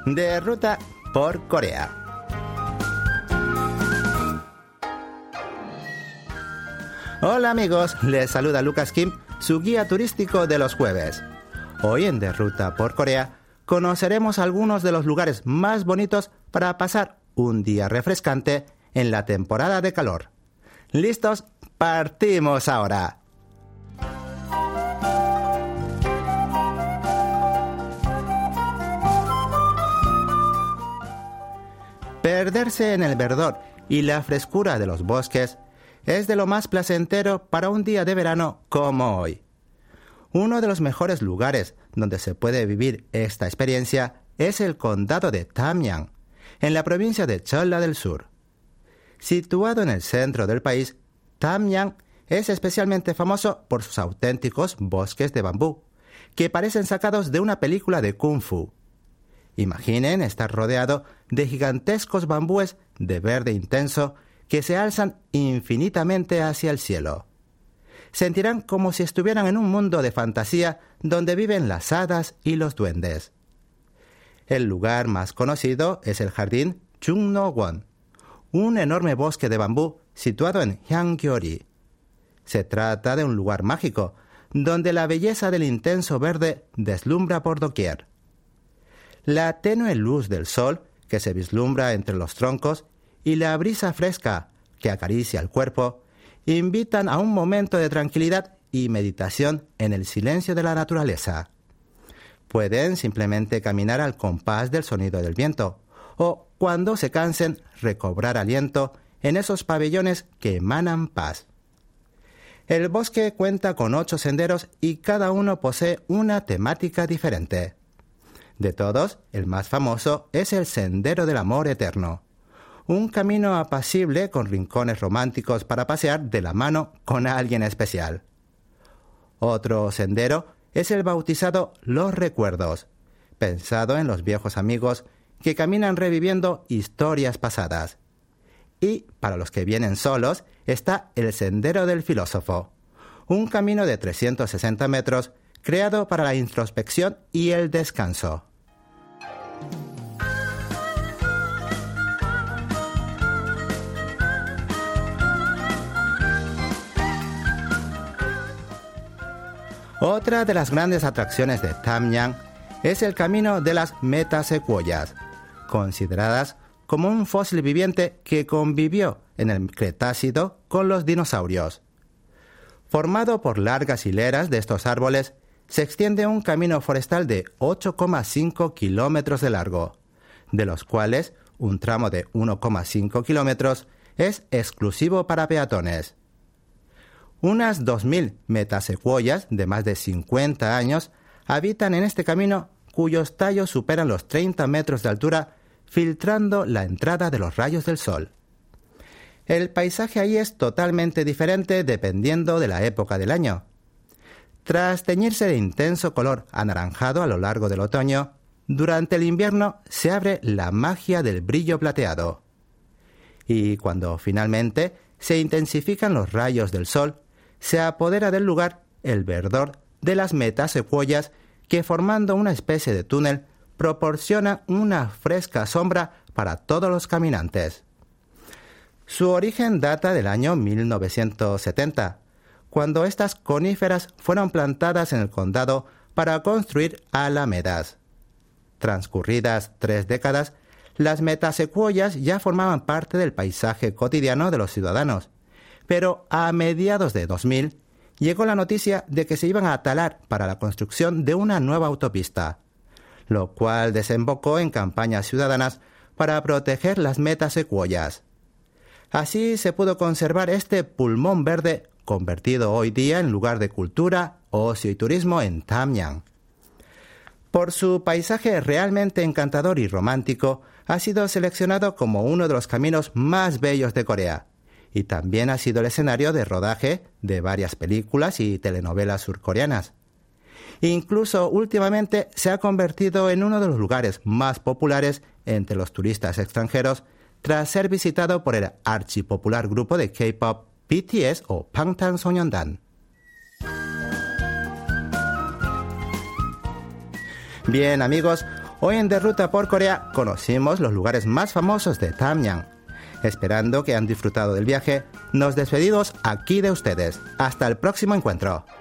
de Ruta por Corea. Hola amigos, les saluda Lucas Kim, su guía turístico de los jueves. Hoy en De Ruta por Corea conoceremos algunos de los lugares más bonitos para pasar un día refrescante en la temporada de calor. ¿Listos? ¡Partimos ahora! Perderse en el verdor y la frescura de los bosques es de lo más placentero para un día de verano como hoy. Uno de los mejores lugares donde se puede vivir esta experiencia es el condado de Tamyang, en la provincia de Jeolla del Sur. Situado en el centro del país, Tamyang es especialmente famoso por sus auténticos bosques de bambú, que parecen sacados de una película de Kung Fu. Imaginen estar rodeado de gigantescos bambúes de verde intenso que se alzan infinitamente hacia el cielo. Sentirán como si estuvieran en un mundo de fantasía donde viven las hadas y los duendes. El lugar más conocido es el jardín Chungno-won, un enorme bosque de bambú situado en Hwangryori. Se trata de un lugar mágico, donde la belleza del intenso verde deslumbra por doquier. La tenue luz del sol que se vislumbra entre los troncos y la brisa fresca que acaricia el cuerpo invitan a un momento de tranquilidad y meditación en el silencio de la naturaleza. Pueden simplemente caminar al compás del sonido del viento o, cuando se cansen, recobrar aliento en esos pabellones que emanan paz. El bosque cuenta con 8 senderos y cada uno posee una temática diferente. De todos, el más famoso es el Sendero del Amor Eterno, un camino apacible con rincones románticos para pasear de la mano con alguien especial. Otro sendero es el bautizado Los Recuerdos, pensado en los viejos amigos que caminan reviviendo historias pasadas. Y, para los que vienen solos, está el Sendero del Filósofo, un camino de 360 metros creado para la introspección y el descanso. Otra de las grandes atracciones de Tamyang es el camino de las metasecuoyas, consideradas como un fósil viviente que convivió en el Cretácico con los dinosaurios. Formado por largas hileras de estos árboles, se extiende un camino forestal de 8,5 kilómetros de largo, de los cuales un tramo de 1,5 kilómetros es exclusivo para peatones. Unas 2.000 metasecuoyas de más de 50 años habitan en este camino, cuyos tallos superan los 30 metros de altura, filtrando la entrada de los rayos del sol. El paisaje ahí es totalmente diferente dependiendo de la época del año. Tras teñirse de intenso color anaranjado a lo largo del otoño, durante el invierno se abre la magia del brillo plateado. Y cuando finalmente se intensifican los rayos del sol, se apodera del lugar el verdor de las metasecuoyas que, formando una especie de túnel, proporciona una fresca sombra para todos los caminantes. Su origen data del año 1970, cuando estas coníferas fueron plantadas en el condado para construir alamedas. Transcurridas 3 décadas, las metasecuoyas ya formaban parte del paisaje cotidiano de los ciudadanos, pero a mediados de 2000 llegó la noticia de que se iban a talar para la construcción de una nueva autopista, lo cual desembocó en campañas ciudadanas para proteger las metasecuoyas. Así se pudo conservar este pulmón verde, convertido hoy día en lugar de cultura, ocio y turismo en Tamyang. Por su paisaje realmente encantador y romántico, ha sido seleccionado como uno de los caminos más bellos de Corea, y también ha sido el escenario de rodaje de varias películas y telenovelas surcoreanas. Incluso últimamente se ha convertido en uno de los lugares más populares entre los turistas extranjeros tras ser visitado por el archipopular grupo de K-pop BTS o Bangtanso년단. Bien amigos, Hoy en De Ruta por Corea conocimos los lugares más famosos de Tamyang. Esperando que han disfrutado del viaje, nos despedimos aquí de ustedes. Hasta el próximo encuentro.